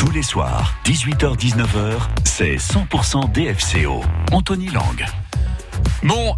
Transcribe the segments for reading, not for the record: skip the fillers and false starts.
Tous les soirs, 18h-19h, c'est 100% DFCO. Anthony Lang. Bon,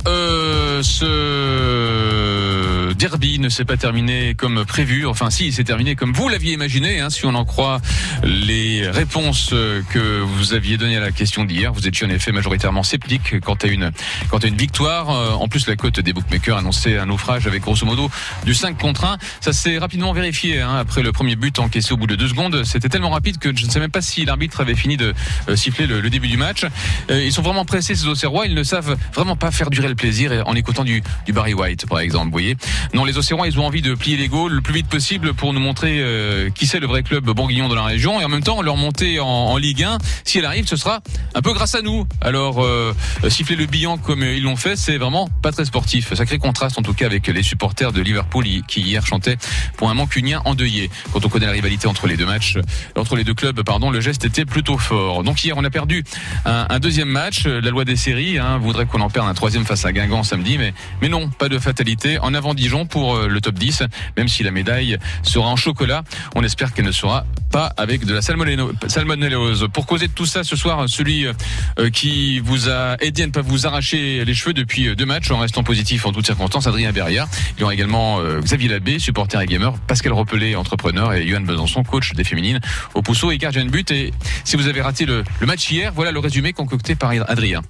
ce derby ne s'est pas terminé comme prévu. Enfin, si, il s'est terminé comme vous l'aviez imaginé, hein, si on en croit les réponses que vous aviez données à la question d'hier. Vous étiez en effet majoritairement sceptique quant à une victoire. En plus, la cote des bookmakers annonçait un naufrage avec grosso modo du 5-1. Ça s'est rapidement vérifié, hein, après le premier but encaissé au bout de 2 secondes. C'était tellement rapide que je ne sais même pas si l'arbitre avait fini de siffler le début du match. Ils sont vraiment pressés, ces Auxerrois. Ils ne savent vraiment pas faire durer le plaisir en écoutant du Barry White, par exemple, vous voyez. Non, les Auxerrois, ils ont envie de plier les Gaules le plus vite possible pour nous montrer qui c'est le vrai club bourguignon de la région, et en même temps leur montée en Ligue 1, si elle arrive, ce sera un peu grâce à nous. Alors siffler le bilan comme ils l'ont fait, c'est vraiment pas très sportif. Sacré contraste en tout cas avec les supporters de Liverpool qui hier chantaient pour un mancunien endeuillé. Quand on connaît la rivalité entre les deux clubs, le geste était plutôt fort. Donc hier on a perdu un deuxième match. La loi des séries voudrait qu'on en perde un troisième face à Guingamp samedi, mais non, pas de fatalité. En avant Dijon pour le top 10, même si la médaille sera en chocolat, on espère qu'elle ne sera pas avec de la salmonellose. Pour causer de tout ça ce soir, celui qui vous a aidé à ne pas vous arracher les cheveux depuis 2 matchs en restant positif en toutes circonstances, Adrien Berriard. Il y aura également Xavier Labbé, supporter et gamer, Pascal Repelé, entrepreneur, et Yohan Besançon, coach des féminines au Pousseau et gardien de but. Et si vous avez raté le match hier, voilà le résumé concocté par Adrien.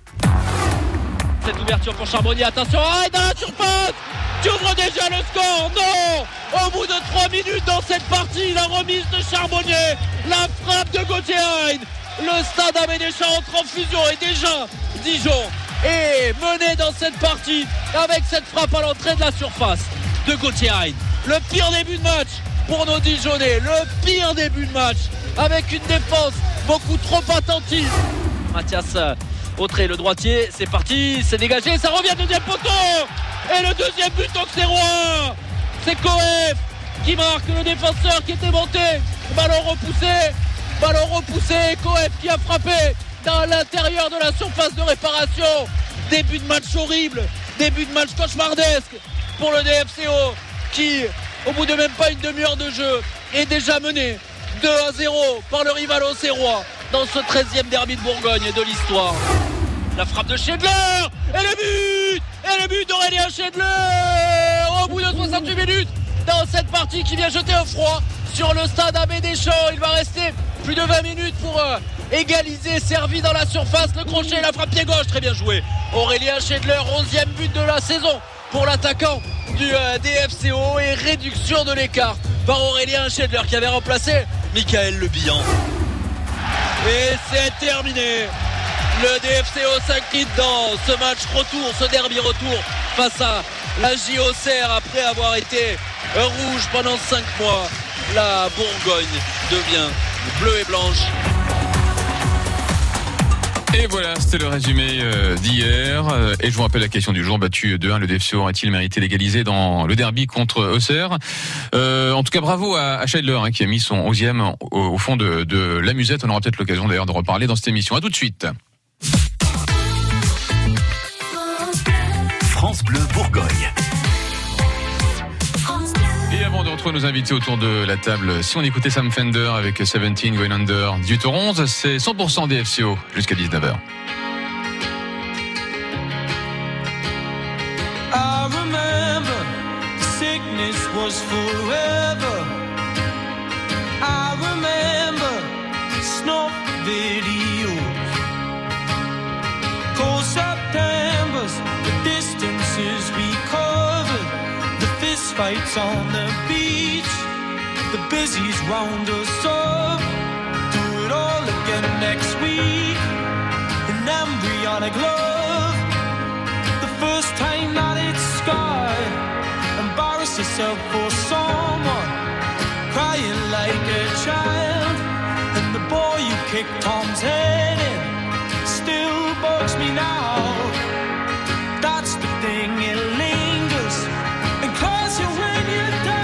Cette ouverture pour Charbonnier, attention, dans la surface, tu ouvres déjà le score, non. Au bout de 3 minutes dans cette partie, la remise de Charbonnier, la frappe de Gauthier Hein. Le stade Amédéchamps entre en fusion et déjà Dijon est mené dans cette partie avec cette frappe à l'entrée de la surface de Gauthier Hein. Le pire début de match pour nos Dijonnais, le pire début de match avec une défense beaucoup trop attentive. Mathias Autré, le droitier, c'est parti, c'est dégagé, ça revient, deuxième poteau. Et le deuxième but auxerrois, c'est Coef qui marque, le défenseur qui était monté. Ballon repoussé, Coef qui a frappé dans l'intérieur de la surface de réparation. Début de match horrible, début de match cauchemardesque pour le DFCO qui, au bout de même pas une demi-heure de jeu, est déjà mené 2-0 par le rival auxerrois dans ce 13e derby de Bourgogne de l'histoire. La frappe de Schindler et le but d'Aurélien Schindler au bout de 68 minutes dans cette partie qui vient jeter au froid sur le stade Amédéchamps. Il va rester plus de 20 minutes pour égaliser, servi dans la surface, le crochet, la frappe pied gauche, très bien joué. Aurélien Schindler, 11e but de la saison pour l'attaquant du DFCO, et réduction de l'écart par Aurélien Schindler qui avait remplacé Michael Le Bihan. Et c'est terminé. Le DFCO s'incline dans ce match retour, ce derby retour face à la JOCR après avoir été rouge pendant 5 mois. La Bourgogne devient bleue et blanche. Et voilà, c'était le résumé d'hier. Et je vous rappelle la question du jour, battu 2-1, le DFCO aurait-il mérité d'égaliser dans le derby contre Auxerre? En tout cas, bravo à Scheidler, qui a mis son 11e au fond de la musette. On aura peut-être l'occasion d'ailleurs de reparler dans cette émission. À tout de suite. France Bleu Bourgogne. Et avant de retrouver nos invités autour de la table, si on écoutait Sam Fender avec 17 Going Under, 18h11, c'est 100% DFCO jusqu'à 19h. I remember the sickness was forever. I remember snuff videos, cold Septembers, the distances we covered, the fist fights on the beach, the busies round us up. Do it all again next week. An embryonic love, the first time that it's scarred. Embarrass yourself for someone, crying like a child. And the boy you kicked Tom's head in still bugs me now. That's the thing, it lingers and calls you when you're down.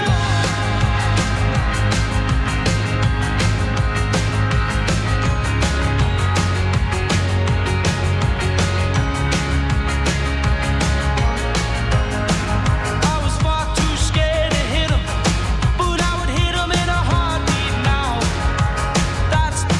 I was far too scared to hit him, but I would hit him in a heartbeat now. That's the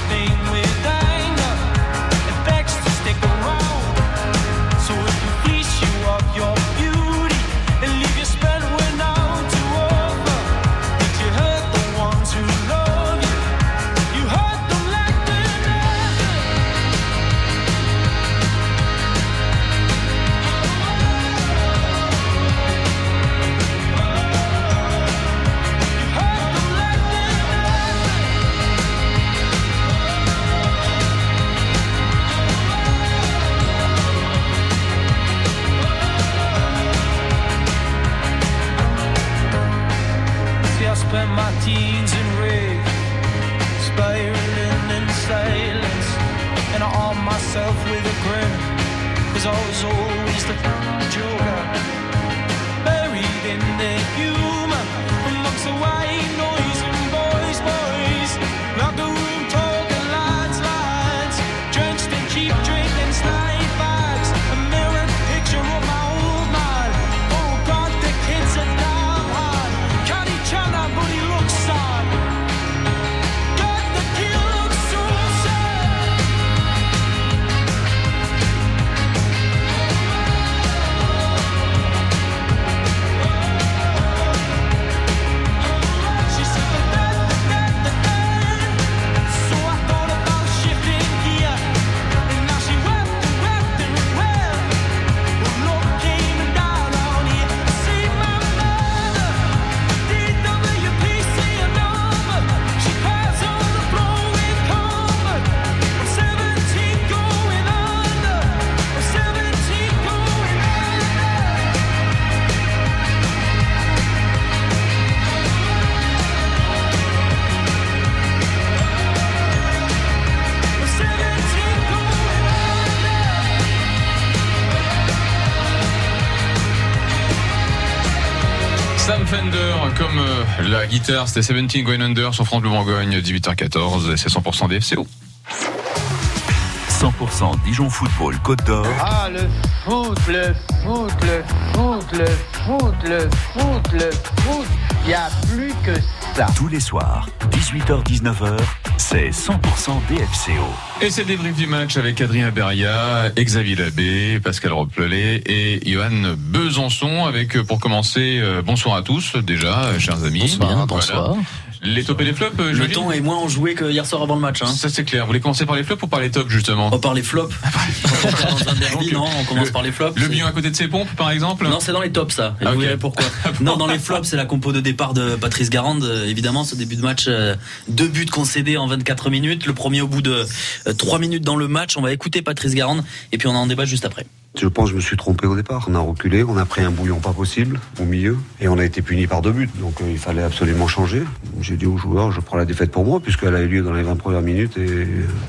a grin, 'cause I was always the joker, buried in their humour, amongst the white noise and boys, like the room talking lines, drenched in cheap drink and slide bags, a mirrored picture of my old man. Oh God, the kid's a damn hard, can't each other but he looks sad. God, the kid looks so sad. She said the dead. So I thought about shifting gear, and now she wept and wept. Well, love came down on here. See my mother, DWPC number. She cries on the floor with comfort. I'm 17 going under. I'm 17 going under. I'm 17 going Sam Fender, comme la guitare, c'était 17 Going Under sur France Bleu Bourgogne, 18h14, c'est 100% DFCO. 100% Dijon Football Côte d'Or. Ah, le foot. Il n'y a plus que ça. Tous les soirs, 18h-19h, c'est 100% DFCO. Et c'est le débrief du match avec Adrien Beria, Xavier Labbé, Pascal Replelet et Johan Besançon avec, pour commencer, bonsoir à tous déjà, chers amis. Bonsoir. Les tops et les flops, Le ton est moins enjoué que hier soir avant le match. Ça c'est clair. Vous voulez commencer par les flops ou par les tops justement? Par les flops. Dans un derby, non, on commence par les flops. Le bilan à côté de ses pompes par exemple? Non, c'est dans les tops ça. Et vous verrez pourquoi. Non, dans les flops, c'est la compo de départ de Patrice Garande. Évidemment, ce début de match, 2 buts concédés en 24 minutes. Le premier au bout de 3 minutes dans le match. On va écouter Patrice Garande et puis on en débat juste après. Je pense que je me suis trompé au départ. On a reculé, on a pris un bouillon pas possible au milieu et on a été puni par 2 buts. Donc il fallait absolument changer. J'ai dit aux joueurs, je prends la défaite pour moi puisqu'elle a eu lieu dans les 20 premières minutes et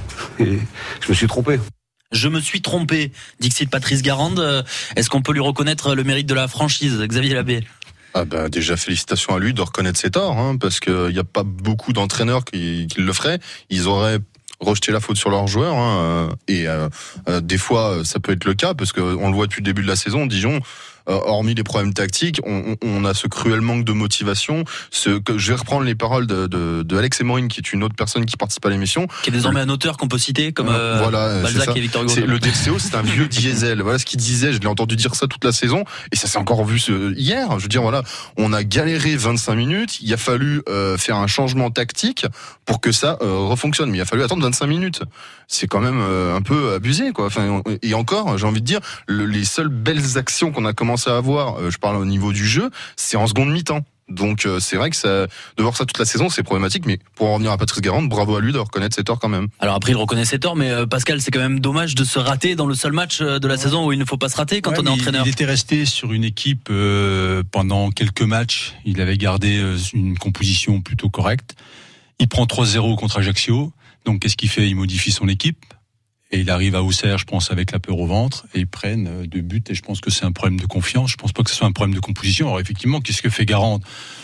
je me suis trompé. Je me suis trompé, dixit Patrice Garande. Est-ce qu'on peut lui reconnaître le mérite de la franchise, Xavier Labbé? Ah bah déjà félicitations à lui de reconnaître ses torts, parce qu'il n'y a pas beaucoup d'entraîneurs qui le feraient. Ils auraient rejeté la faute sur leurs joueurs, et des fois ça peut être le cas parce que on le voit depuis le début de la saison. Dijon, hormis les problèmes tactiques, on a ce cruel manque de motivation. Je vais reprendre les paroles de Alex Emorine, qui est une autre personne qui participe à l'émission, qui est désormais un auteur qu'on peut citer comme voilà, Balzac et Victor Hugo. Le DFCO, c'est un vieux diesel. Voilà ce qu'il disait. Je l'ai entendu dire ça toute la saison et ça s'est encore vu hier. Je veux dire, voilà, on a galéré 25 minutes. Il a fallu faire un changement tactique pour que ça refonctionne. Mais il a fallu attendre 25 minutes. C'est quand même un peu abusé, quoi. Enfin, et encore, j'ai envie de dire, les seules belles actions qu'on a commencé à avoir, je parle au niveau du jeu, c'est en seconde mi-temps. Donc c'est vrai que de voir ça toute la saison, c'est problématique. Mais pour en revenir à Patrice Garande, bravo à lui de reconnaître ses torts quand même. Alors après, il reconnaît ses torts, mais Pascal, c'est quand même dommage de se rater dans le seul match de la saison où il ne faut pas se rater quand on est entraîneur. Il était resté sur une équipe pendant quelques matchs. Il avait gardé une composition plutôt correcte. Il prend 3-0 contre Ajaccio. Donc qu'est-ce qu'il fait? Il modifie son équipe. Et il arrive à Auxerre, je pense, avec la peur au ventre, et ils prennent 2 buts, et je pense que c'est un problème de confiance. Je pense pas que ce soit un problème de composition. Alors effectivement, qu'est-ce que fait Garande?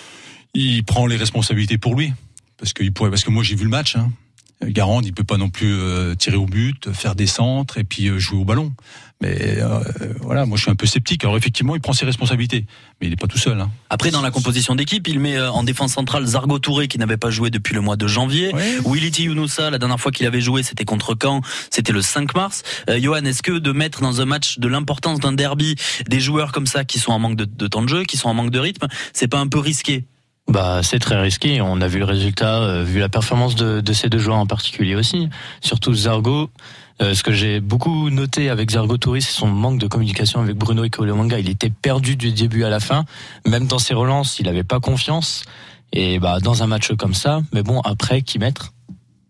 Il prend les responsabilités pour lui. Parce que moi j'ai vu le match, Garande, il peut pas non plus tirer au but, faire des centres, et puis jouer au ballon. Mais voilà, moi je suis un peu sceptique. Alors effectivement, il prend ses responsabilités, mais il n'est pas tout seul. Après, dans la composition d'équipe, il met en défense centrale Zargo Touré, qui n'avait pas joué depuis le mois de janvier. Willy Younoussa, la dernière fois qu'il avait joué, c'était contre Caen, c'était le 5 mars. Johan, est-ce que de mettre dans un match de l'importance d'un derby des joueurs comme ça, qui sont en manque de temps de jeu, qui sont en manque de rythme, c'est pas un peu risqué? C'est très risqué. On a vu le résultat, vu la performance de ces 2 joueurs en particulier aussi. Surtout Zargo. Ce que j'ai beaucoup noté avec Zargo Touré, c'est son manque de communication avec Bruno Ikolemanga. Il était perdu du début à la fin. Même dans ses relances, il avait pas confiance. Et dans un match comme ça, mais bon, après, qui mettre?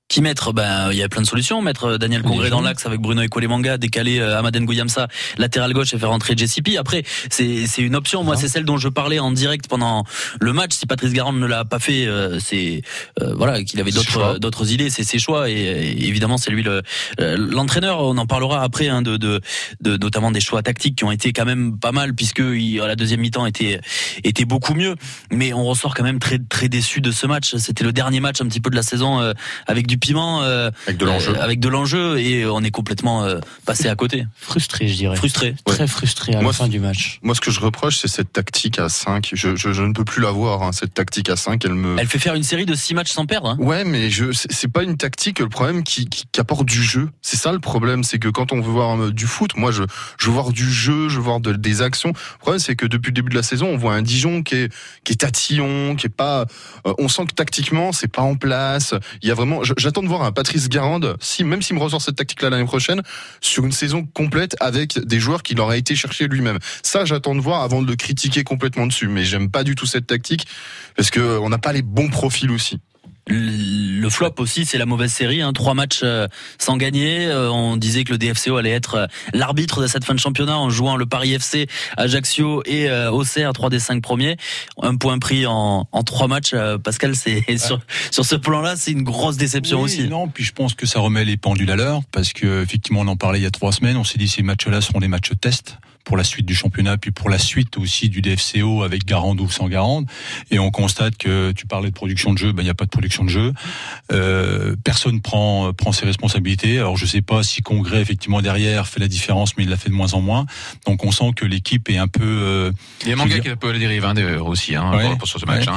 Qui mettre? Il y a plein de solutions. Mettre Daniel Congré dans l'axe avec Bruno Ekolemanga, décaler Amaden Gouyamsa latéral gauche et faire rentrer JCP. Après, c'est une option. Moi, c'est celle dont je parlais en direct pendant le match. Si Patrice Garande ne l'a pas fait, c'est qu'il avait d'autres idées. C'est ses choix et évidemment c'est lui l'entraîneur. On en parlera après de notamment des choix tactiques qui ont été quand même pas mal puisque la deuxième mi-temps était beaucoup mieux. Mais on ressort quand même très très déçu de ce match. C'était le dernier match un petit peu de la saison avec du piment, avec de l'enjeu et on est complètement passé à côté. Frustré, je dirais. Très frustré à la fin du match. Moi, ce que je reproche, c'est cette tactique à 5. Je ne peux plus la voir, cette tactique à 5. Elle fait faire une série de 6 matchs sans perdre. Ouais, mais c'est pas une tactique. Le problème qui apporte du jeu. C'est ça le problème, c'est que quand on veut voir du foot, moi, je veux voir du jeu, je veux voir des actions. Le problème, c'est que depuis le début de la saison, on voit un Dijon qui est tatillon, qui est pas. On sent que tactiquement, c'est pas en place. Il y a vraiment. J'attends de voir un Patrice Garande, même s'il me ressort cette tactique-là l'année prochaine, sur une saison complète avec des joueurs qu'il aurait été chercher lui-même. Ça, j'attends de voir avant de le critiquer complètement dessus. Mais j'aime pas du tout cette tactique parce que on n'a pas les bons profils aussi. Le flop aussi, c'est la mauvaise série, 3 matchs sans gagner. On disait que le DFCO allait être l'arbitre de cette fin de championnat en jouant le Paris FC, Ajaccio et Auxerre, 3 des 5 premiers. Un point pris en 3 matchs. Pascal, c'est sur ce plan-là, c'est une grosse déception aussi. Non, puis je pense que ça remet les pendules à l'heure parce que effectivement, on en parlait il y a 3 semaines. On s'est dit ces matchs-là seront des matchs test pour la suite du championnat, puis pour la suite aussi du DFCO avec Garande ou sans Garande. Et on constate que tu parlais de production de jeu, il n'y a pas de production de jeu. Personne prend ses responsabilités. Alors je sais pas si Congré effectivement derrière fait la différence, mais il l'a fait de moins en moins. Donc on sent que l'équipe est un peu. Il y a Manga qui est un peu à la dérive d'ailleurs aussi pour ce match.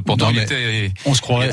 On se croirait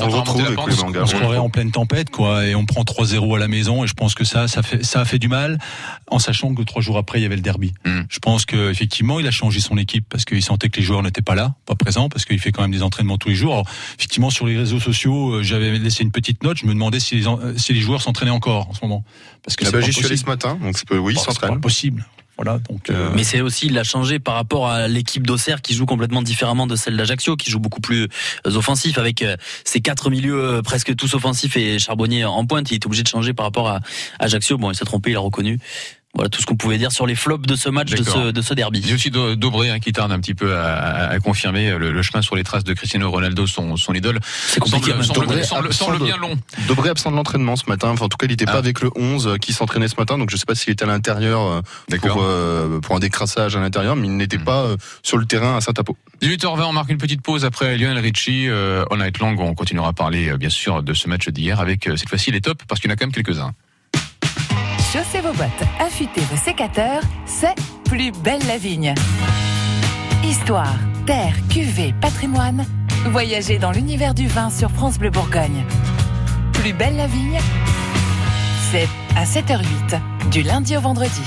en pleine tempête quoi, et on prend 3-0 à la maison. Et je pense que ça a fait du mal, en sachant que 3 jours après il y avait le derby. Je pense que effectivement il a changé son équipe parce qu'il sentait que les joueurs n'étaient pas là, pas présents, parce qu'il fait quand même des entraînements tous les jours. Alors, effectivement sur les réseaux sociaux, j'avais laissé une petite note. Je me demandais si les joueurs s'entraînaient encore en ce moment, parce que j'y suis allé ce matin, donc ils s'entraînent. C'est pas possible. Voilà, donc mais c'est aussi, il a changé par rapport à l'équipe d'Auxerre qui joue complètement différemment de celle d'Ajaccio, qui joue beaucoup plus offensif avec ses 4 milieux presque tous offensifs et Charbonnier en pointe. Il est obligé de changer par rapport à Ajaccio. Bon, il s'est trompé, il a reconnu. Voilà tout ce qu'on pouvait dire sur les flops de ce match, de ce derby. Il y a aussi Dobré qui tarde un petit peu à confirmer le chemin sur les traces de Cristiano Ronaldo, son idole. C'est compliqué. Semble bien long. Dobré absent de l'entraînement ce matin. Enfin, en tout cas, il n'était pas avec le 11 qui s'entraînait ce matin. Donc je ne sais pas s'il était à l'intérieur pour un décrassage à l'intérieur, mais il n'était pas sur le terrain à Saint-Apo. 18h20, on marque une petite pause après Lionel Richie. All Night Long, on continuera à parler bien sûr de ce match d'hier avec cette fois-ci les tops, parce qu'il y en a quand même quelques-uns. Chaussez vos bottes, affûtez vos sécateurs, c'est Plus belle la vigne. Histoire, terre, cuvée, patrimoine, voyagez dans l'univers du vin sur France Bleu Bourgogne. Plus belle la vigne, c'est à 7h08, du lundi au vendredi.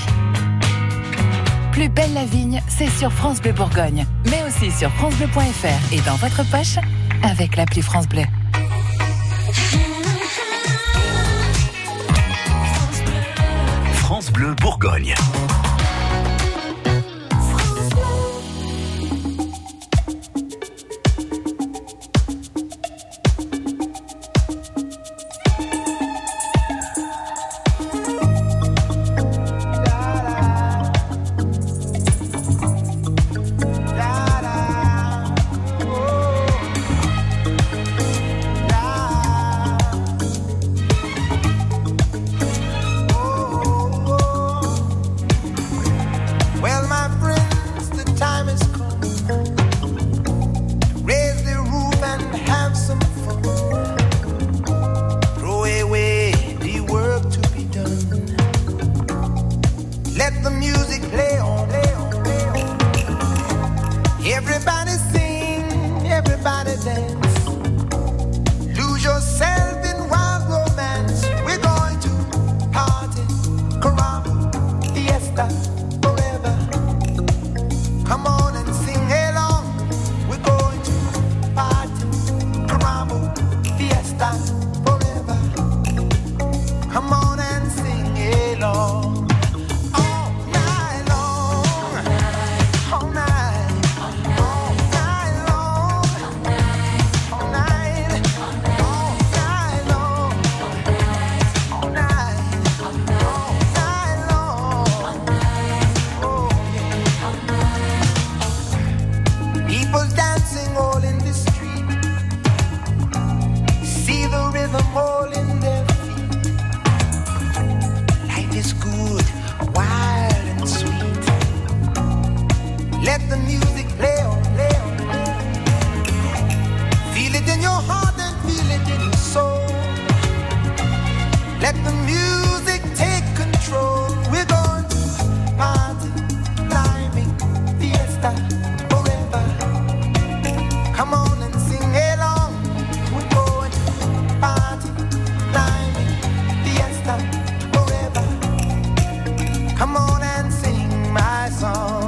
Plus belle la vigne, c'est sur France Bleu Bourgogne, mais aussi sur francebleu.fr et dans votre poche avec l'appli France Bleu. France Bleu Bourgogne. Let the music take control. We're going to party, climbing, fiesta, forever. Come on and sing along. We're going to party, climbing, fiesta, forever. Come on and sing my song.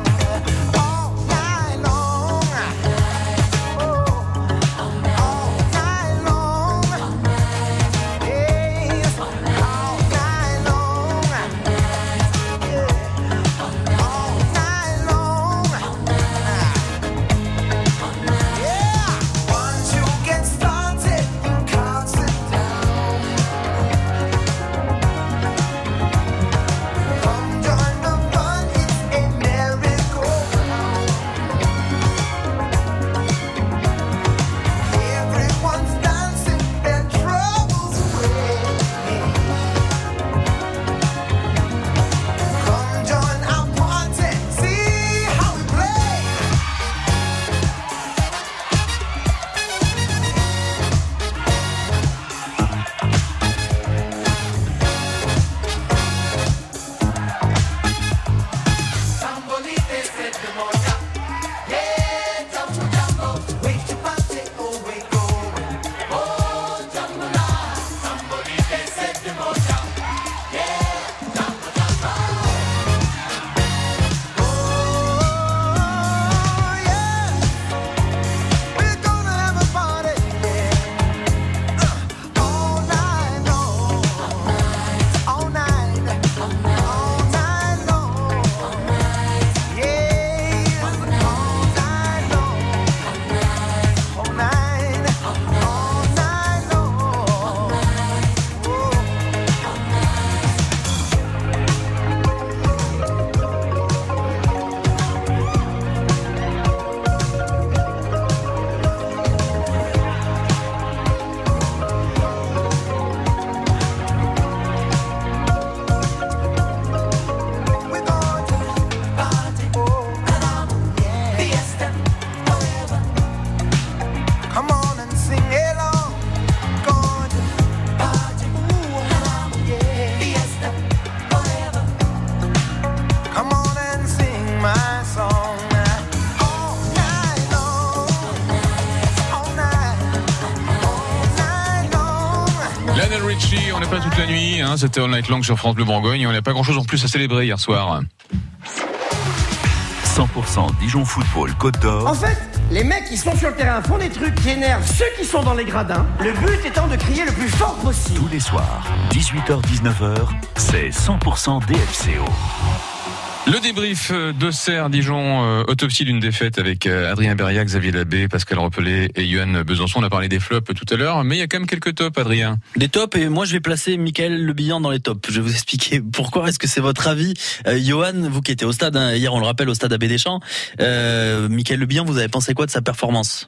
On n'est pas toute la nuit, hein, c'était All Night Long sur France Bleu Bourgogne et on n'a pas grand chose en plus à célébrer hier soir. 100% Dijon Football Côte d'Or. En fait, les mecs qui sont sur le terrain font des trucs qui énervent ceux qui sont dans les gradins. Le but étant de crier le plus fort possible. Tous les soirs, 18h-19h, c'est 100% DFCO. Le débrief d'Auxerre, Dijon, autopsie d'une défaite avec Adrien Berriac, Xavier Labbé, Pascal Repelé et Yoann Besançon. On a parlé des flops tout à l'heure, mais il y a quand même quelques tops, Adrien. Des tops, et moi je vais placer Michael Le Bihan dans les tops. Je vais vous expliquer pourquoi. Est-ce que c'est votre avis, Yoann, vous qui étiez au stade, hein, hier on le rappelle, au stade Abbé Deschamps, Michael Le Bihan, vous avez pensé quoi de sa performance?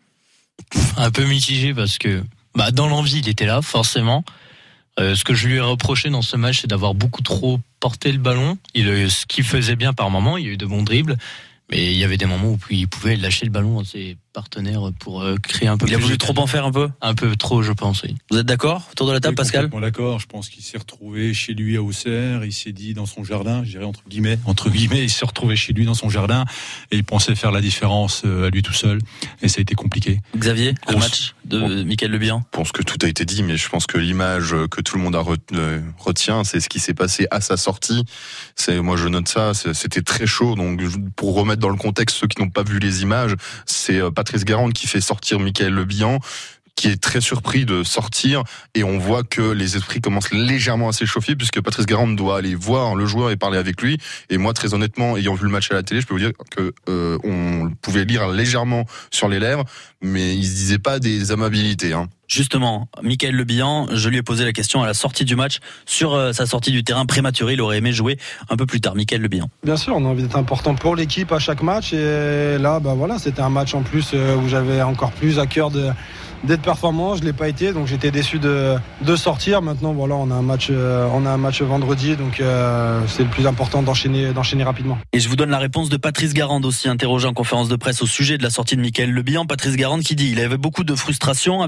Un peu mitigé parce que dans l'envie il était là, forcément. Ce que je lui ai reproché dans ce match, c'est d'avoir beaucoup trop porté le ballon. Ce qu'il faisait bien par moment, il y a eu de bons dribbles, mais il y avait des moments où il pouvait lâcher le ballon à ses partenaires pour créer un peu plus. Il a voulu trop en faire un peu ? Un peu trop, je pense, oui. Vous êtes d'accord autour de la table, Pascal ? Complètement d'accord. Je pense qu'il s'est retrouvé chez lui à Auxerre. Il s'est dit dans son jardin, je dirais entre guillemets, il s'est retrouvé chez lui dans son jardin et il pensait faire la différence à lui tout seul. Et ça a été compliqué. Xavier, le match de Michael Le Bihan ? Je pense que tout a été dit, mais je pense que l'image que tout le monde retient, c'est ce qui s'est passé à sa sortie. Moi, je note ça. C'était très chaud. Donc, pour remettre dans le contexte ceux qui n'ont pas vu les images, c'est Patrice Garande qui fait sortir Michael Le Bihan, qui est très surpris de sortir, et on voit que les esprits commencent légèrement à s'échauffer puisque Patrice Garande doit aller voir le joueur et parler avec lui. Et moi, très honnêtement, ayant vu le match à la télé, je peux vous dire que on pouvait lire légèrement sur les lèvres, mais il se disait pas des amabilités. Justement, Michael Le Bihan, je lui ai posé la question à la sortie du match sur sa sortie du terrain prématurée. Il aurait aimé jouer un peu plus tard. Michael Le Bihan. Bien sûr, on a envie d'être important pour l'équipe à chaque match, et là, c'était un match en plus où j'avais encore plus à cœur d'être performant. Je l'ai pas été, donc j'étais déçu de sortir. Maintenant, on a un match vendredi, donc c'est le plus important d'enchaîner rapidement. Et je vous donne la réponse de Patrice Garande, aussi interrogé en conférence de presse au sujet de la sortie de Michael Le Bihan. Patrice Garande qui dit il avait beaucoup de frustration avec ce système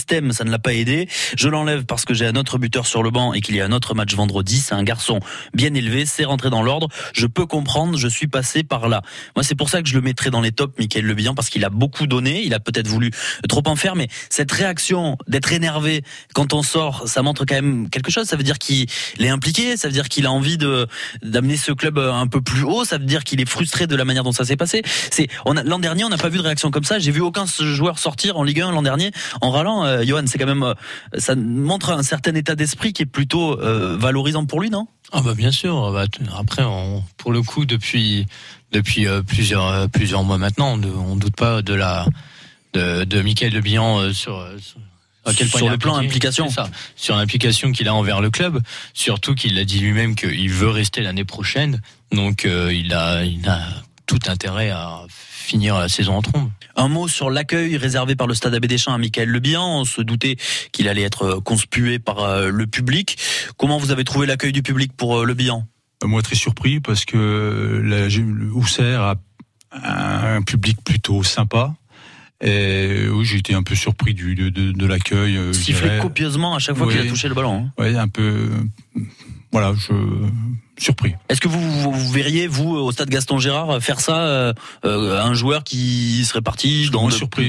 système, ça ne l'a pas aidé. Je l'enlève parce que j'ai un autre buteur sur le banc et qu'il y a un autre match vendredi. C'est un garçon bien élevé, c'est rentré dans l'ordre. Je peux comprendre, je suis passé par là. Moi, c'est pour ça que je le mettrais dans les tops, Mickaël Le Bihan, parce qu'il a beaucoup donné. Il a peut-être voulu trop en faire, mais cette réaction d'être énervé quand on sort, ça montre quand même quelque chose. Ça veut dire qu'il est impliqué, ça veut dire qu'il a envie d'amener ce club un peu plus haut, ça veut dire qu'il est frustré de la manière dont ça s'est passé. L'an dernier, on n'a pas vu de réaction comme ça. J'ai vu aucun joueur sortir en Ligue 1 l'an dernier en râlant. Johan, c'est quand même, ça montre un certain état d'esprit qui est plutôt valorisant pour lui, non? Ah bah bien sûr. Après, pour le coup, depuis plusieurs mois maintenant, on doute pas de Mickaël Le Bihan sur à quel point sur le plan implication, sur l'implication qu'il a envers le club, surtout qu'il a dit lui-même qu'il veut rester l'année prochaine, donc il a tout intérêt à finir la saison en trombe. Un mot sur l'accueil réservé par le Stade Abbé Deschamps à Mickaël Le Bihan. On se doutait qu'il allait être conspué par le public. Comment vous avez trouvé l'accueil du public pour Le Bihan? Moi, très surpris parce que Auxerre a un public plutôt sympa. Et oui, j'ai été un peu surpris de l'accueil. Sifflé copieusement à chaque fois qu'il a touché le ballon. Oui, un peu. Voilà, surpris. Est-ce que vous verriez, vous, au stade Gaston Gérard, faire ça un joueur qui serait parti dans surpris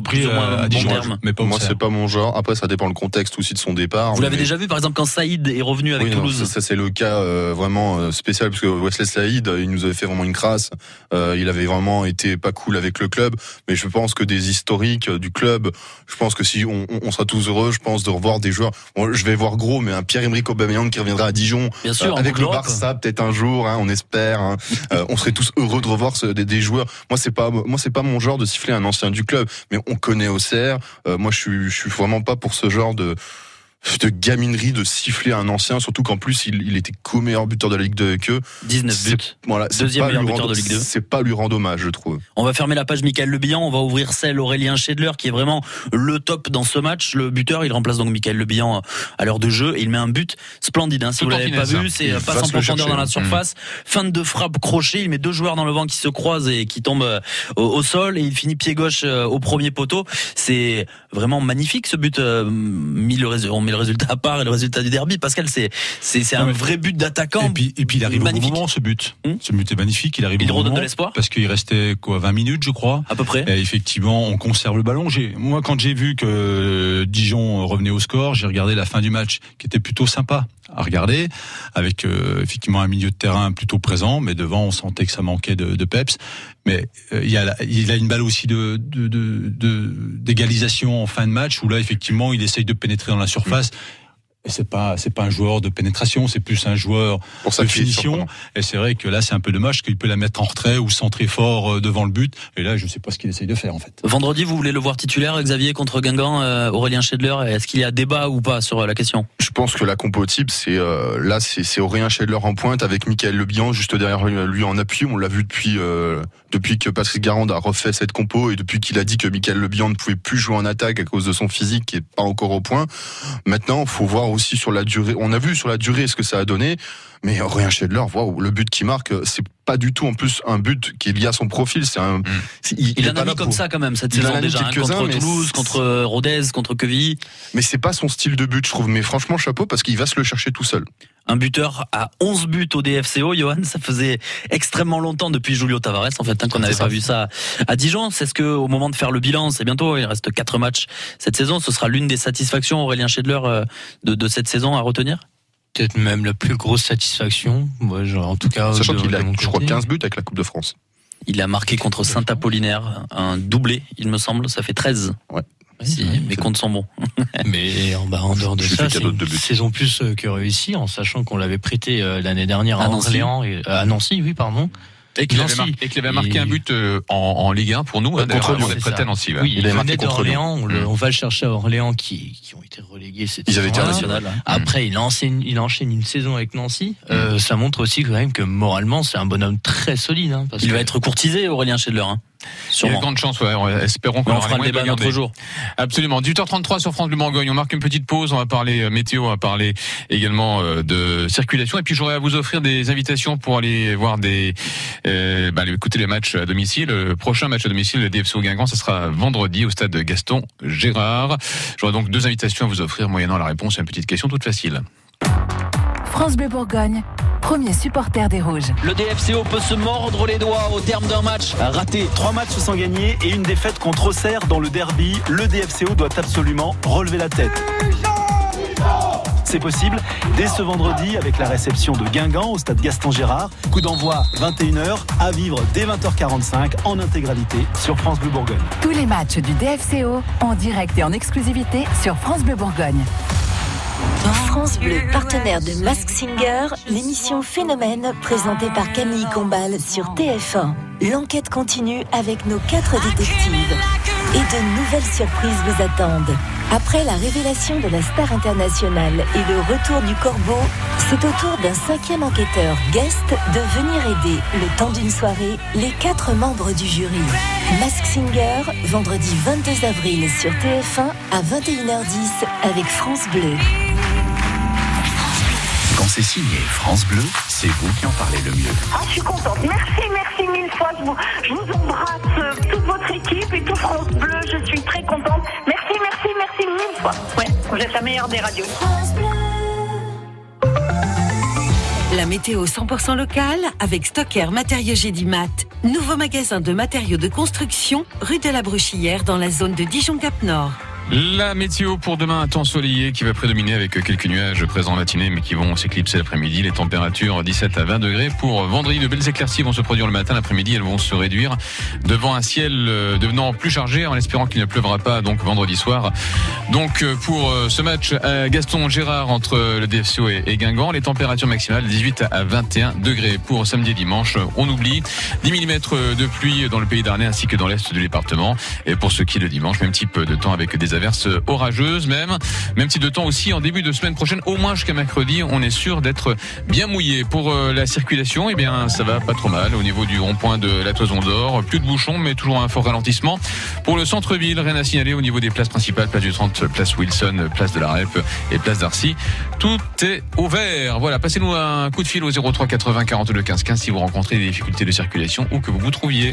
à Dijon, mais pas moi, c'est pas mon genre. Après, ça dépend le contexte aussi de son départ. Vous l'avez déjà vu, par exemple, quand Saïd est revenu avec Toulouse? Ça c'est le cas vraiment spécial, parce que Wesley Saïd, il nous avait fait vraiment une crasse. Il avait vraiment été pas cool avec le club. Mais je pense que des historiques du club, je pense que si on sera tous heureux, je pense, de revoir des joueurs. Bon, je vais voir gros, mais un Pierre-Emerick Aubameyang qui reviendra à Dijon, bien sûr, avec le Barça peut-être un jour, on espère. On serait tous heureux de revoir des joueurs. Moi c'est pas mon genre de siffler un ancien du club, mais on connaît Auxerre. Moi je suis vraiment pas pour ce genre de gaminerie de siffler un ancien, surtout qu'en plus il était co-meilleur buteur de la Ligue 2 avec eux. 19 buts. Voilà, deuxième meilleur buteur de Ligue 2. C'est pas lui rendre hommage, je trouve. On va fermer la page Mickaël Le Bihan, on va ouvrir celle Aurélien Schedler qui est vraiment le top dans ce match. Le buteur, il remplace donc Mickaël Le Bihan à l'heure de jeu et il met un but splendide. Si vous l'avez pas vu, c'est passe en profondeur dans la surface, fin de frappe crochet, il met deux joueurs dans le vent qui se croisent et qui tombent au sol et il finit pied gauche au premier poteau. C'est vraiment magnifique ce but. On met le résultat à part et le résultat du derby. Pascal, c'est un vrai but d'attaquant. Et puis il arrive au bon moment, ce but. Ce but est magnifique, il arrive au bon moment. Il redonne de l'espoir. Parce qu'il restait 20 minutes, je crois. À peu près. Et effectivement, on conserve le ballon. Moi, quand j'ai vu que Dijon revenait au score, j'ai regardé la fin du match, qui était plutôt sympa à regarder, avec effectivement un milieu de terrain plutôt présent, mais devant, on sentait que ça manquait de peps. Mais il a une balle aussi d'égalisation en fin de match, où là, effectivement, il essaye de pénétrer dans la surface. Et c'est pas un joueur de pénétration, c'est plus un joueur de finition. Et c'est vrai que là, c'est un peu dommage qu'il peut la mettre en retrait ou centrer fort devant le but. Et là, je sais pas ce qu'il essaye de faire, en fait. Vendredi, vous voulez le voir titulaire, Xavier, contre Guingamp, Aurélien Schedler. Est-ce qu'il y a débat ou pas sur la question? Je pense que la compo type, c'est Aurélien Schedler en pointe avec Mickaël Le Bihan juste derrière lui en appui. On l'a vu depuis que Patrice Garande a refait cette compo et depuis qu'il a dit que Mickaël Le Bihan ne pouvait plus jouer en attaque à cause de son physique qui est pas encore au point. Maintenant, faut voir aussi sur la durée. On a vu sur la durée ce que ça a donné, mais Aurélien Schedler, le but qu'il marque, c'est pas du tout en plus un but qui est lié à son profil. Il en a mis comme ça quand même cette saison déjà, contre Toulouse, contre Rodez, contre Quevilly. Mais c'est pas son style de but, je trouve. Mais franchement, chapeau, parce qu'il va se le chercher tout seul. Un buteur à 11 buts au DFCO, Johan, ça faisait extrêmement longtemps depuis Julio Tavares, en fait, qu'on n'avait pas vu ça à Dijon. C'est ce que, au moment de faire le bilan, c'est bientôt, il reste 4 matchs cette saison, ce sera l'une des satisfactions, Aurélien Schedler, de cette saison à retenir? Peut-être même la plus grosse satisfaction. Moi, en tout cas, sachant qu'il a, je crois, 15 buts avec la Coupe de France. Il a marqué contre Saint-Apollinaire un doublé, il me semble, ça fait 13. Ouais. Si, mes comptes sont bons. Mais en dehors de ça, c'est une saison plus que réussie, en sachant qu'on l'avait prêté l'année dernière à Orléans et à Nancy, oui, pardon. Et qu'il avait marqué un but en Ligue 1 pour nous. Contre on est prêté à Nancy. Oui, il venait d'Orléans. On va le chercher à Orléans qui ont été relégués cette saison. Ils avaient été national. Après, il enchaîne une saison avec Nancy. Ça montre aussi quand même que moralement, c'est un bonhomme très solide. Il va être courtisé, Aurélien Schedler. Il y a de grandes chances, espérons qu'on on fera le débat un autre jour. Absolument. 18h33 sur France Bleu Bourgogne. On marque une petite pause. On va parler météo, on va parler également de circulation. Et puis j'aurai à vous offrir des invitations pour aller voir écouter les matchs à domicile. Le prochain match à domicile, le DFCO Guingamp, ça sera vendredi au stade Gaston Gérard. J'aurai donc 2 invitations à vous offrir moyennant la réponse à une petite question toute facile. France Bleu Bourgogne, premier supporter des Rouges. Le DFCO peut se mordre les doigts au terme d'un match raté. 3 matchs sans gagner et une défaite contre Auxerre dans le derby. Le DFCO doit absolument relever la tête. C'est possible dès ce vendredi avec la réception de Guingamp au stade Gaston Gérard. Coup d'envoi 21h, à vivre dès 20h45 en intégralité sur France Bleu Bourgogne. Tous les matchs du DFCO en direct et en exclusivité sur France Bleu Bourgogne. France Bleu, partenaire de Mask Singer, l'émission Phénomène présentée par Camille Combal sur TF1. L'enquête continue avec nos 4 détectives. Et de nouvelles surprises vous attendent. Après la révélation de la star internationale et le retour du corbeau, c'est au tour d'un 5e enquêteur guest de venir aider, le temps d'une soirée, les 4 membres du jury. Mask Singer, vendredi 22 avril sur TF1 à 21h10 avec France Bleu. Quand c'est signé France Bleu, c'est vous qui en parlez le mieux. Ah, je suis contente. Merci mille fois. Je vous embrasse toute votre équipe et tout France Bleu. Je suis très contente. Merci mille fois. Ouais, vous êtes la meilleure des radios. La météo 100% locale avec Stocker Matériaux Gédimat. Nouveau magasin de matériaux de construction, rue de la Bruchillière dans la zone de Dijon-Cap-Nord. La météo pour demain, un temps ensoleillé qui va prédominer avec quelques nuages présents en matinée mais qui vont s'éclipser l'après-midi. Les températures 17 à 20 degrés. Pour vendredi, de belles éclaircies vont se produire le matin. L'après-midi, elles vont se réduire devant un ciel devenant plus chargé en espérant qu'il ne pleuvra pas donc vendredi soir. Donc pour ce match à Gaston Gérard entre le DFCO et Guingamp, les températures maximales 18 à 21 degrés. Pour samedi et dimanche, on oublie 10 mm de pluie dans le pays d'Arnais ainsi que dans l'est du département. Et pour ce qui est le dimanche, même type de temps avec des averses orageuses, même type de temps aussi en début de semaine prochaine, au moins jusqu'à mercredi. On est sûr d'être bien mouillé. Pour la circulation, ça va pas trop mal au niveau du rond-point de la Toison d'Or. Plus de bouchons, mais toujours un fort ralentissement. Pour le centre-ville, rien à signaler au niveau des places principales, place du 30, place Wilson, place de la Rep et place d'Arcy. Tout est ouvert. Voilà, passez-nous un coup de fil au 03 80 42 15 15 si vous rencontrez des difficultés de circulation ou que vous vous trouviez.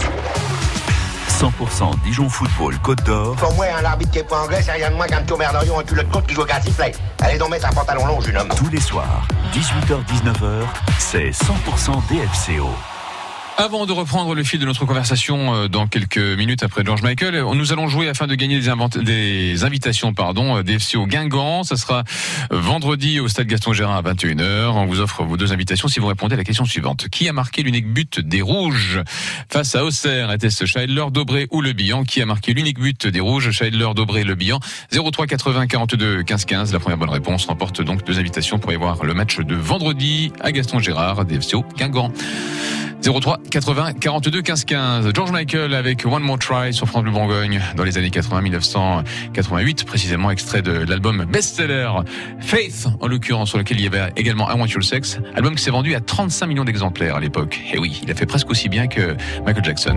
100% Dijon Football Côte d'Or. Pour moi, un arbitre qui est pas anglais, c'est rien de moins qu'un merdorion, un culotte côte qui joue qu'à sifflet. Allez donc mettre un pantalon long, jeune homme. Tous les soirs, 18h-19h, c'est 100% DFCO. Avant de reprendre le fil de notre conversation dans quelques minutes après George Michael, nous allons jouer afin de gagner des invitations DFCO Guingamp. Ça sera vendredi au stade Gaston Gérard à 21h. On vous offre vos 2 invitations si vous répondez à la question suivante. Qui a marqué l'unique but des Rouges face à Auxerre? Était-ce Scheidler, Dobré ou Le Bihan? Qui a marqué l'unique but des Rouges? Scheidler, Dobré, Le Bihan. 03 80 42 15 15. La première bonne réponse remporte donc 2 invitations pour y voir le match de vendredi à Gaston Gérard, DFCO Guingamp. 03 80 42 15 15. George Michael avec One More Try sur France Bleu Bourgogne dans les années 80, 1988, précisément extrait de l'album best-seller Faith, en l'occurrence, sur lequel il y avait également I Want Your Sex, album qui s'est vendu à 35 millions d'exemplaires à l'époque. Et oui, il a fait presque aussi bien que Michael Jackson.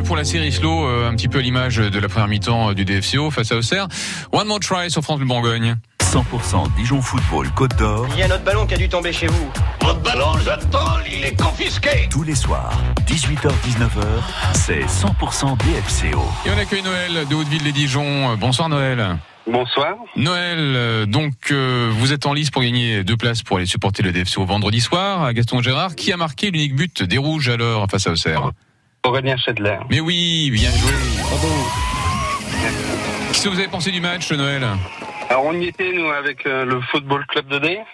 pour la série slow, un petit peu à l'image de la première mi-temps du DFCO face à Auxerre. One more try sur France Bleu Bourgogne. 100% Dijon Football Côte d'Or. Il y a notre ballon qui a dû tomber chez vous. Votre ballon, j'attends, il est confisqué. Tous les soirs, 18h-19h, c'est 100% DFCO. Et on accueille Noël de Hauteville-les-Dijon. Bonsoir Noël. Bonsoir. Noël, donc vous êtes en lice pour gagner 2 places pour aller supporter le DFCO vendredi soir à Gaston Gérard. Qui a marqué l'unique but des Rouges alors face à Auxerre? Aurélien Schedler. Mais oui, bien joué. Bravo. Qu'est-ce que vous avez pensé du match, Noël? Alors on y était nous avec le Football Club de D.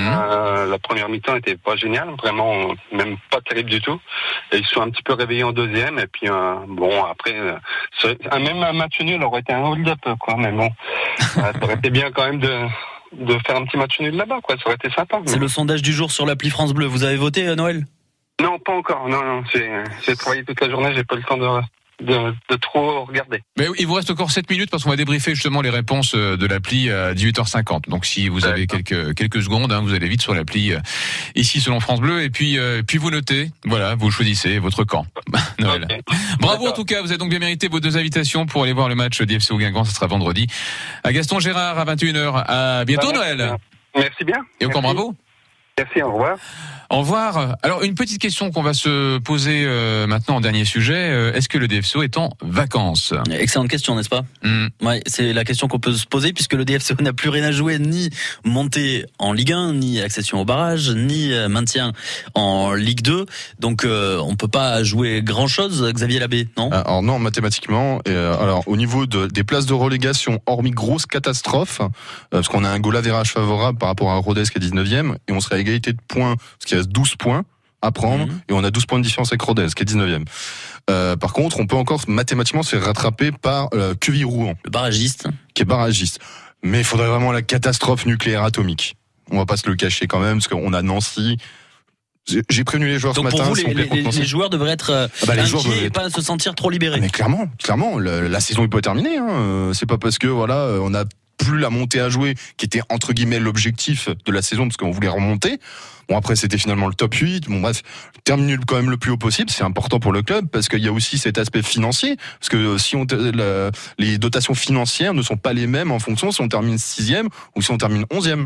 La première mi-temps était pas géniale, vraiment même pas terrible du tout. Et ils sont un petit peu réveillés en deuxième et puis bon après même un match nul aurait été un hold-up quoi, mais bon ça aurait été bien quand même de faire un petit match nul là-bas quoi, ça aurait été sympa. C'est le sondage du jour sur l'appli France Bleu. Vous avez voté Noël? Non, pas encore. Non, j'ai travaillé toute la journée, j'ai pas le temps de trop regarder. Mais il vous reste encore 7 minutes parce qu'on va débriefer justement les réponses de l'appli à 18h50. Donc si vous avez quelques secondes, vous allez vite sur l'appli ici selon France Bleu et puis vous notez, voilà, vous choisissez votre camp. Noël. Okay. Bravo en tout cas, vous avez donc bien mérité vos 2 invitations pour aller voir le match DFCO Guingamp, ça sera vendredi à Gaston Gérard à 21h. À bientôt Noël. Merci bien. Et encore bravo. Merci, au revoir. Au revoir. Alors, une petite question qu'on va se poser maintenant en dernier sujet. Est-ce que le DFCO est en vacances? Excellente question, n'est-ce pas? Ouais, c'est la question qu'on peut se poser puisque le DFCO n'a plus rien à jouer, ni montée en Ligue 1, ni accession au barrage, ni maintien en Ligue 2. Donc, on peut pas jouer grand-chose, Xavier Labbé, non? Alors non, mathématiquement. Alors, au niveau des places de relégation, hormis grosse catastrophe, parce qu'on a un goal average favorable par rapport à Rodez qui est 19e, et on serait à égalité de points, parce qu'il reste 12 points à prendre, et on a 12 points de différence avec Rodez, qui est 19e. Par contre, on peut encore mathématiquement se faire rattraper par Quevilly-Rouen. Le barragiste. Qui est barragiste. Mais il faudrait vraiment la catastrophe nucléaire atomique. On va pas se le cacher quand même, parce qu'on a Nancy. J'ai prévenu les joueurs donc ce matin. Donc pour vous, les joueurs devraient être inquiets et pas se sentir trop libérés. Mais clairement, la saison n'est pas terminée. C'est pas parce que on a plus la montée à jouer, qui était entre guillemets l'objectif de la saison, parce qu'on voulait remonter. Bon, après, c'était finalement le top 8. Bon, bref, terminer quand même le plus haut possible, c'est important pour le club, parce qu'il y a aussi cet aspect financier, parce que si les dotations financières ne sont pas les mêmes en fonction si on termine 6e ou si on termine 11e.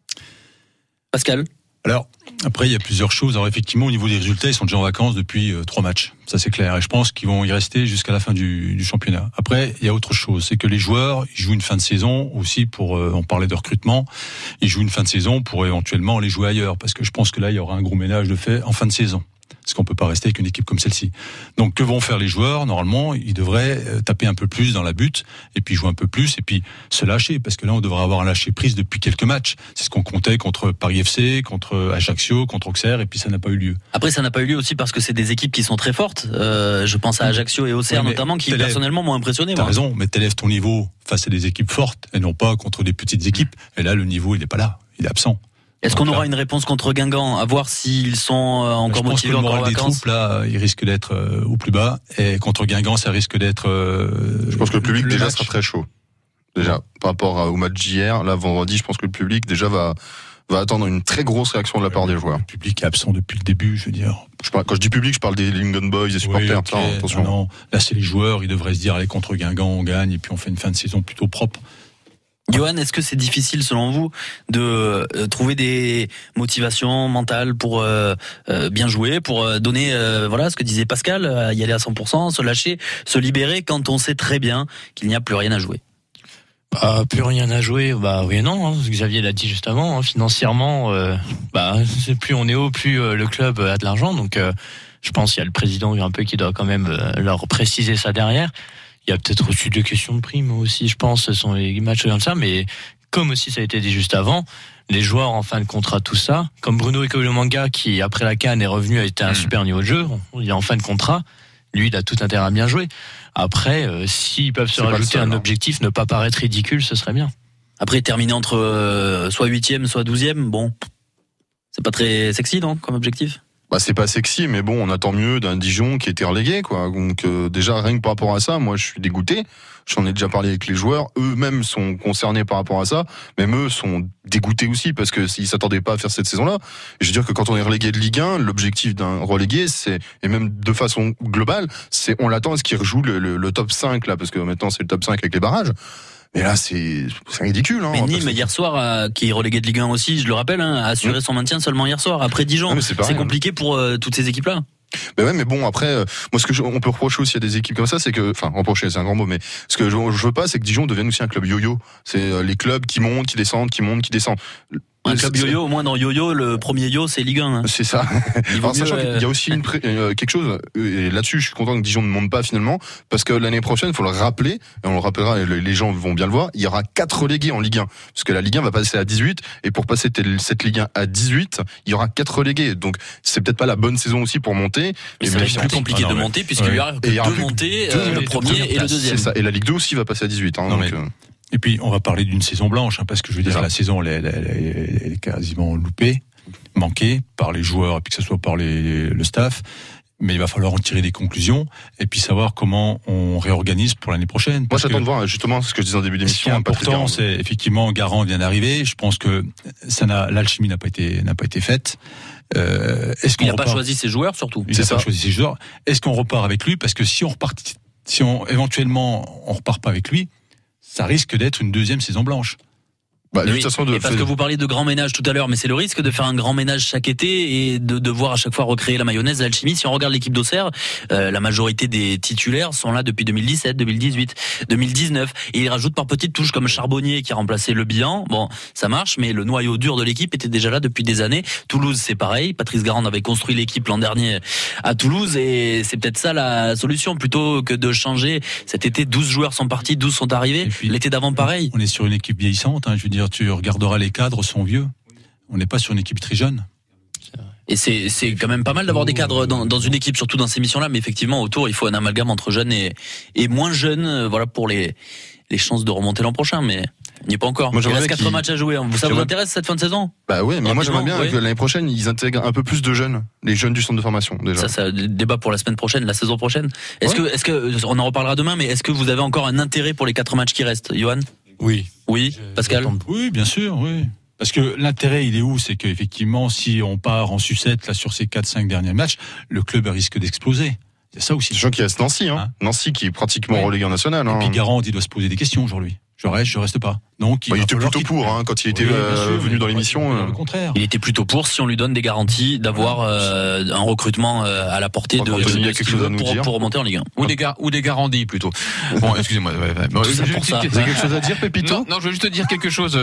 Pascal? Alors, après, il y a plusieurs choses. Alors, effectivement, au niveau des résultats, ils sont déjà en vacances depuis 3 matchs. Ça, c'est clair. Et je pense qu'ils vont y rester jusqu'à la fin du championnat. Après, il y a autre chose. C'est que les joueurs, ils jouent une fin de saison aussi pour, on parlait de recrutement. Ils jouent une fin de saison pour éventuellement aller jouer ailleurs. Parce que je pense que là, il y aura un gros ménage de fait en fin de saison. Parce qu'on peut pas rester avec une équipe comme celle-ci. Donc, que vont faire les joueurs? Normalement, ils devraient taper un peu plus dans la butte, et puis jouer un peu plus, et puis se lâcher, parce que là, on devrait avoir un lâcher prise depuis quelques matchs. C'est ce qu'on comptait contre Paris FC, contre Ajaccio, contre Auxerre, et puis ça n'a pas eu lieu. Après, ça n'a pas eu lieu aussi parce que c'est des équipes qui sont très fortes. Je pense à Ajaccio et Auxerre notamment, qui personnellement m'ont impressionné. T'as raison, mais t'élèves ton niveau face à des équipes fortes, et non pas contre des petites équipes. Et là, le niveau, il est pas là, il est absent. Est-ce qu'on aura une réponse contre Guingamp, à voir s'ils sont encore motivés, encore en vacances? Je pense que le moral des troupes, là, il risque d'être au plus bas, et contre Guingamp, ça risque d'être... je pense que le public déjà sera très chaud. Déjà, par rapport au match d'hier, là, vendredi, je pense que le public déjà va attendre une très grosse réaction de la part des joueurs. Le public est absent depuis le début, je veux dire. Quand je dis public, je parle des Lincoln Boys, des supporters. Oui, okay. Attention. Non, là, c'est les joueurs, ils devraient se dire, allez, contre Guingamp, on gagne, et puis on fait une fin de saison plutôt propre. Johan, est-ce que c'est difficile selon vous de trouver des motivations mentales pour bien jouer, pour donner ce que disait Pascal, y aller à 100%, se lâcher, se libérer quand on sait très bien qu'il n'y a plus rien à jouer? Plus rien à jouer, oui et non, Xavier l'a dit juste avant, financièrement, plus on est haut, plus le club a de l'argent, donc je pense qu'il y a le président un peu qui doit quand même leur préciser ça derrière. Il y a peut-être aussi des questions de primes aussi, je pense, ce sont les matchs comme ça, mais comme aussi ça a été dit juste avant, les joueurs en fin de contrat, tout ça, comme Bruno Ikoulomanga qui, après la CAN, est revenu à un super niveau de jeu, il est en fin de contrat, lui, il a tout intérêt à bien jouer. Après, s'ils peuvent se rajouter un objectif, ne pas paraître ridicule, ce serait bien. Après, terminer entre soit 8e, soit 12e, bon, c'est pas très sexy, non, comme objectif? Bah, c'est pas sexy, mais bon, on attend mieux d'un Dijon qui était relégué, quoi. Donc déjà rien que par rapport à ça, moi je suis dégoûté. J'en ai déjà parlé avec les joueurs, eux-mêmes sont concernés par rapport à ça, même eux sont dégoûtés aussi parce que s'ils s'attendaient pas à faire cette saison-là. Je veux dire que quand on est relégué de Ligue 1, l'objectif d'un relégué, c'est, et même de façon globale, c'est on l'attend à ce qu'il rejoue le top 5 là, parce que maintenant c'est le top 5 avec les barrages. Mais là, c'est ridicule. Hein, mais Nîmes, hier soir, qui est relégué de Ligue 1 aussi, je le rappelle, a assuré son maintien seulement hier soir, après Dijon. C'est compliqué pour toutes ces équipes-là. Ben ouais, mais bon, après, moi, ce que on peut reprocher aussi à des équipes comme ça, c'est que, enfin, reprocher, c'est un grand mot, mais ce que je veux pas, c'est que Dijon devienne aussi un club yo-yo. C'est les clubs qui montent, qui descendent, qui montent, qui descendent. Un club yo-yo, au moins dans yo-yo, le premier yo, c'est Ligue 1. Hein. C'est ça. Alors, sachant qu'il y a aussi quelque chose, et là-dessus, je suis content que Dijon ne monte pas finalement, parce que l'année prochaine, il faut le rappeler, et on le rappellera, et les gens vont bien le voir, il y aura 4 relégués en Ligue 1. Parce que la Ligue 1 va passer à 18, et pour passer cette Ligue 1 à 18, il y aura 4 relégués. Donc, c'est peut-être pas la bonne saison aussi pour monter. Mais ça va être plus compliqué de monter, puisqu'il y aura que 2 montées, le premier et le deuxième. C'est ça. Et la Ligue 2 aussi va passer à 18. Hein, donc, Et puis, on va parler d'une saison blanche, hein, parce que je veux dire, la saison, elle est quasiment loupée, manquée par les joueurs, et puis que ce soit par le staff. Mais il va falloir en tirer des conclusions, et puis savoir comment on réorganise pour l'année prochaine. Moi, j'attends de voir, justement, ce que je disais en début d'émission. Ce qui est important, c'est effectivement, Garand vient d'arriver. Je pense que l'alchimie n'a pas été faite. Il n'a pas choisi ses joueurs, surtout. Il n'a pas choisi ses joueurs. Est-ce qu'on repart avec lui? Parce que si éventuellement, on repart pas avec lui, ça risque d'être une deuxième saison blanche. Bah, oui, et parce que vous parliez de grand ménage tout à l'heure, mais c'est le risque de faire un grand ménage chaque été et de devoir à chaque fois recréer la mayonnaise, l'alchimie. Si on regarde l'équipe d'Auxerre, la majorité des titulaires sont là depuis 2017, 2018, 2019. Et ils rajoutent par petites touches comme Charbonnier qui a remplacé Le Bihan. Bon, ça marche, mais le noyau dur de l'équipe était déjà là depuis des années. Toulouse, c'est pareil. Patrice Garand avait construit l'équipe l'an dernier à Toulouse et c'est peut-être ça la solution. Plutôt que de changer cet été, 12 joueurs sont partis, 12 sont arrivés. L'été d'avant, pareil. On est sur une équipe vieillissante, hein, je veux dire. Tu regarderas, les cadres sont vieux. On n'est pas sur une équipe très jeune. Et c'est quand même pas mal d'avoir des cadres dans une équipe, surtout dans ces missions-là. Mais effectivement, autour, il faut un amalgame entre jeunes et moins jeunes, voilà, pour les chances de remonter l'an prochain. Mais il n'y est pas encore. Il reste 4 matchs à jouer. Ça vous intéresse cette fin de saison? Bah oui, mais moi j'aimerais bien que l'année prochaine ils intègrent un peu plus de jeunes, les jeunes du centre de formation déjà. Ça débat pour la semaine prochaine, la saison prochaine. Est-ce que on en reparlera demain, mais est-ce que vous avez encore un intérêt pour les 4 matchs qui restent, Johan? Oui, Pascal. Oui, bien sûr, oui. Parce que l'intérêt, il est où? C'est qu'effectivement, si on part en sucette là sur ces 4-5 derniers matchs, le club risque d'exploser. C'est ça aussi. Sachant qu'il reste Nancy, Nancy qui est pratiquement relégué en national. Et puis Garand, il doit se poser des questions aujourd'hui. Je reste pas. Donc, il était plutôt pour, quand il était venu dans l'émission. Le contraire. Il était plutôt pour si on lui donne des garanties d'avoir un recrutement à la portée de quelque chose pour remonter en Ligue 1. Ou des garanties plutôt. Bon, excusez-moi. Vous avez quelque chose à dire, Pépito? Non, je veux juste te dire quelque chose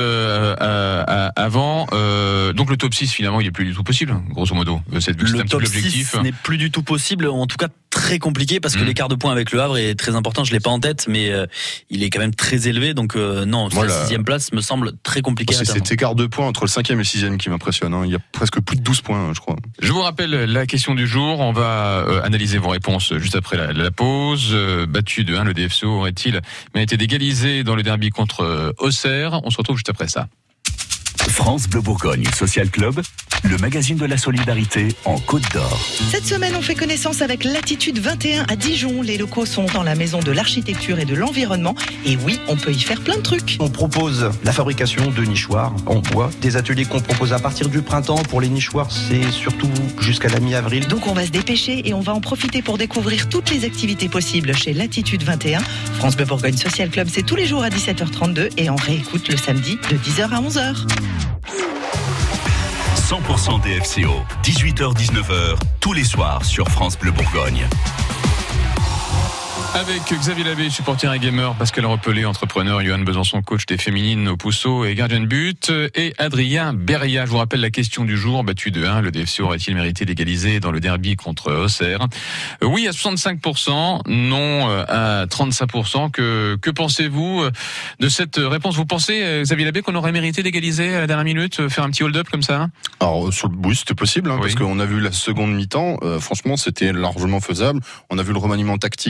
avant. Donc le top 6 finalement, il est plus du tout possible, grosso modo. C'est un petit peu l'objectif. Ce n'est plus du tout possible, en tout cas très compliqué parce que l'écart de points avec le Havre est très important. Je l'ai pas en tête, mais il est quand même très élevé. Donc non, la 6e place me semble très compliqué. C'est cet écart de points entre le 5e et le 6e qui m'impressionne. Il y a presque plus de 12 points, je crois. Je vous rappelle la question du jour. On va analyser vos réponses juste après la pause. Battu de 1, le DFCO aurait-il mérité d'égaliser dans le derby contre Auxerre? On se retrouve juste après ça. France Bleu Bourgogne Social Club, le magazine de la solidarité en Côte d'Or. Cette semaine, on fait connaissance avec Latitude 21 à Dijon. Les locaux sont dans la maison de l'architecture et de l'environnement. Et oui, on peut y faire plein de trucs. On propose la fabrication de nichoirs en bois. Des ateliers qu'on propose à partir du printemps. Pour les nichoirs, c'est surtout jusqu'à la mi-avril. Donc on va se dépêcher et on va en profiter pour découvrir toutes les activités possibles chez Latitude 21. France Bleu Bourgogne Social Club, c'est tous les jours à 17h32 et on réécoute le samedi de 10h à 11h. 100% DFCO, 18h-19h, tous les soirs sur France Bleu Bourgogne. Avec Xavier Labbé, supporter et gamer, Pascal Repelé, entrepreneur, Johan Besançon, coach des féminines au Pousseau et gardien de but, et Adrien Beria. Je vous rappelle la question du jour, battu de 1, le DFCO aurait-il mérité d'égaliser dans le derby contre Auxerre? Oui à 65%, non à 35%. Que pensez-vous de cette réponse? Vous pensez, Xavier Labbé, qu'on aurait mérité d'égaliser à la dernière minute, faire un petit hold-up comme ça? Alors, oui, c'était possible, parce qu'on a vu la seconde mi-temps, franchement, c'était largement faisable. On a vu le remaniement tactique de Patrice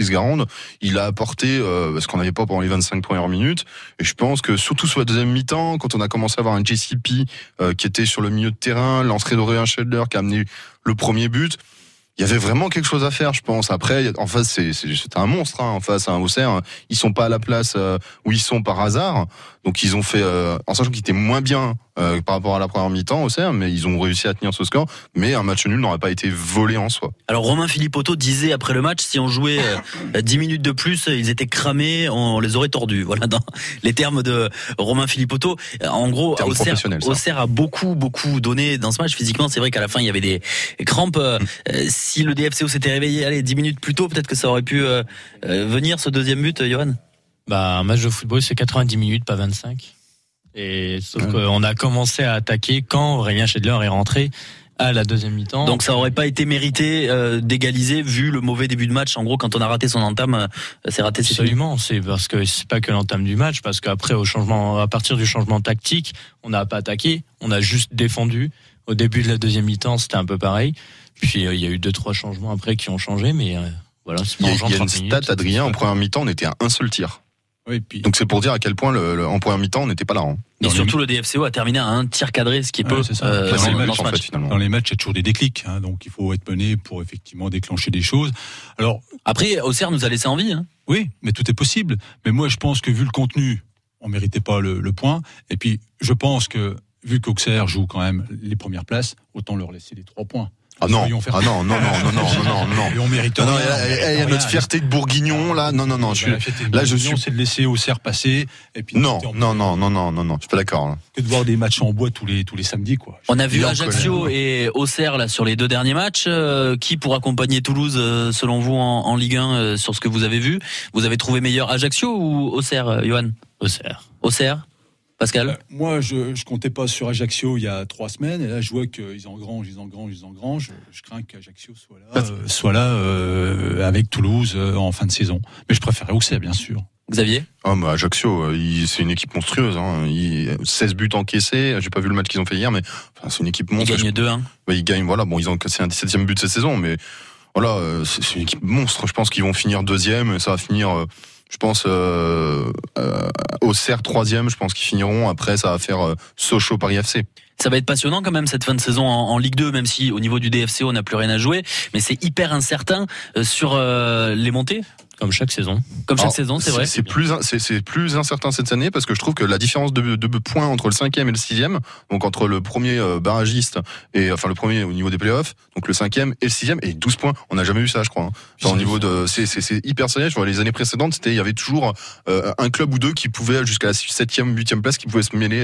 Chris Garande, il a apporté ce qu'on n'avait pas pendant les 25 premières minutes. Et je pense que surtout sur la deuxième mi-temps, quand on a commencé à avoir un JCP qui était sur le milieu de terrain, l'entrée d'Aurélien Schelder qui a amené le premier but, il y avait vraiment quelque chose à faire, je pense. Après, en face, c'est un monstre, en face, Auxerre. Ils sont pas à la place où ils sont par hasard. Donc, ils ont fait, en sachant qu'ils étaient moins bien par rapport à la première mi-temps, Auxerre, mais ils ont réussi à tenir ce score. Mais un match nul n'aurait pas été volé en soi. Alors, Romain Philippotto disait après le match, si on jouait 10 minutes de plus, ils étaient cramés, on les aurait tordus. Voilà, dans les termes de Romain Philippotto. En gros, Auxerre a beaucoup donné dans ce match. Physiquement, c'est vrai qu'à la fin, il y avait des crampes. Si le DFCO s'était réveillé, 10 minutes plus tôt, peut-être que ça aurait pu venir ce deuxième but, Johan. Un match de football, c'est 90 minutes, pas 25. Et sauf qu'on a commencé à attaquer quand Aurélien Schelder est rentré à la deuxième mi-temps. Donc ça aurait pas été mérité d'égaliser vu le mauvais début de match. En gros, quand on a raté son entame, c'est raté. Absolument, c'est parce que c'est pas que l'entame du match, parce qu'après à partir du changement tactique, on n'a pas attaqué, on a juste défendu. Au début de la deuxième mi-temps, c'était un peu pareil. Puis il y a eu 2-3 changements après qui ont changé, mais voilà. C'est il y a une stat, Adrien, en première mi-temps, on était à un seul tir. Oui, puis... Donc c'est pour dire à quel point en première mi-temps on n'était pas là. Et surtout le DFCO a terminé à un tir cadré, ce qui est peu dans ce match. Finalement. Dans les matchs, il y a toujours des déclics, donc il faut être mené pour effectivement déclencher des choses. Alors après, Auxerre nous a laissé en vie. Oui, mais tout est possible. Mais moi, je pense que vu le contenu, on méritait pas le point. Et puis, je pense que vu qu'Auxerre joue quand même les premières places, autant leur laisser les 3 points. Ah non, non. Et on mérite. Non, il y a notre fierté de Bourguignon là. Non. Je suis. C'est de laisser Auxerre passer. Et puis. Non. Je suis pas d'accord. Là. Que de voir des matchs en bois tous les samedis, quoi. On a vu Ajaccio et Auxerre là sur les 2 derniers matchs. Qui pour accompagner Toulouse selon vous en Ligue 1 sur ce que vous avez vu? Vous avez trouvé meilleur Ajaccio ou Auxerre, Johan? Auxerre. Pascal? Moi, je comptais pas sur Ajaccio il y a 3 semaines, et là, je vois qu'ils engrangent. Je crains qu'Ajaccio soit là avec Toulouse en fin de saison. Mais je préférais Auxerre, bien sûr. Xavier? Ajaccio, c'est une équipe monstrueuse. 16 buts encaissés. J'ai pas vu le match qu'ils ont fait hier, mais c'est une équipe monstrueuse. Ils gagnent 2-1. Ils gagnent, voilà. Bon, ils ont encaissé un 17e but cette saison, mais voilà, c'est une équipe monstre. Je pense qu'ils vont finir 2e, et ça va finir. Je pense Auxerre 3e, je pense qu'ils finiront. Après, ça va faire Sochaux Paris FC. Ça va être passionnant quand même cette fin de saison en Ligue 2, même si au niveau du DFCO on n'a plus rien à jouer, mais c'est hyper incertain sur les montées. Comme chaque saison. C'est vrai. C'est plus incertain cette année parce que je trouve que la différence de points entre le 5e et le 6e, donc entre le premier barragiste et le premier au niveau des playoffs, donc le 5e et le 6e, et 12 points. On n'a jamais eu ça, je crois. Au niveau c'est hyper serré. Je vois les années précédentes, il y avait toujours un club ou deux qui pouvait jusqu'à la 7e, 8e place qui pouvait se mêler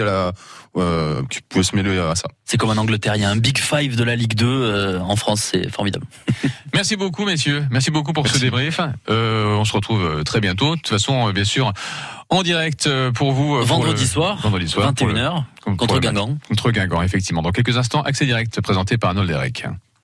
à ça. C'est comme en Angleterre, il y a un Big Five de la Ligue 2 en France, c'est formidable. Merci beaucoup, messieurs. Merci beaucoup pour ce débrief. On se retrouve très bientôt. De toute façon, bien sûr, en direct pour vous. Vendredi soir, 21h, contre Guingamp. Contre Guingamp, effectivement. Dans quelques instants, accès direct présenté par Arnold Derek.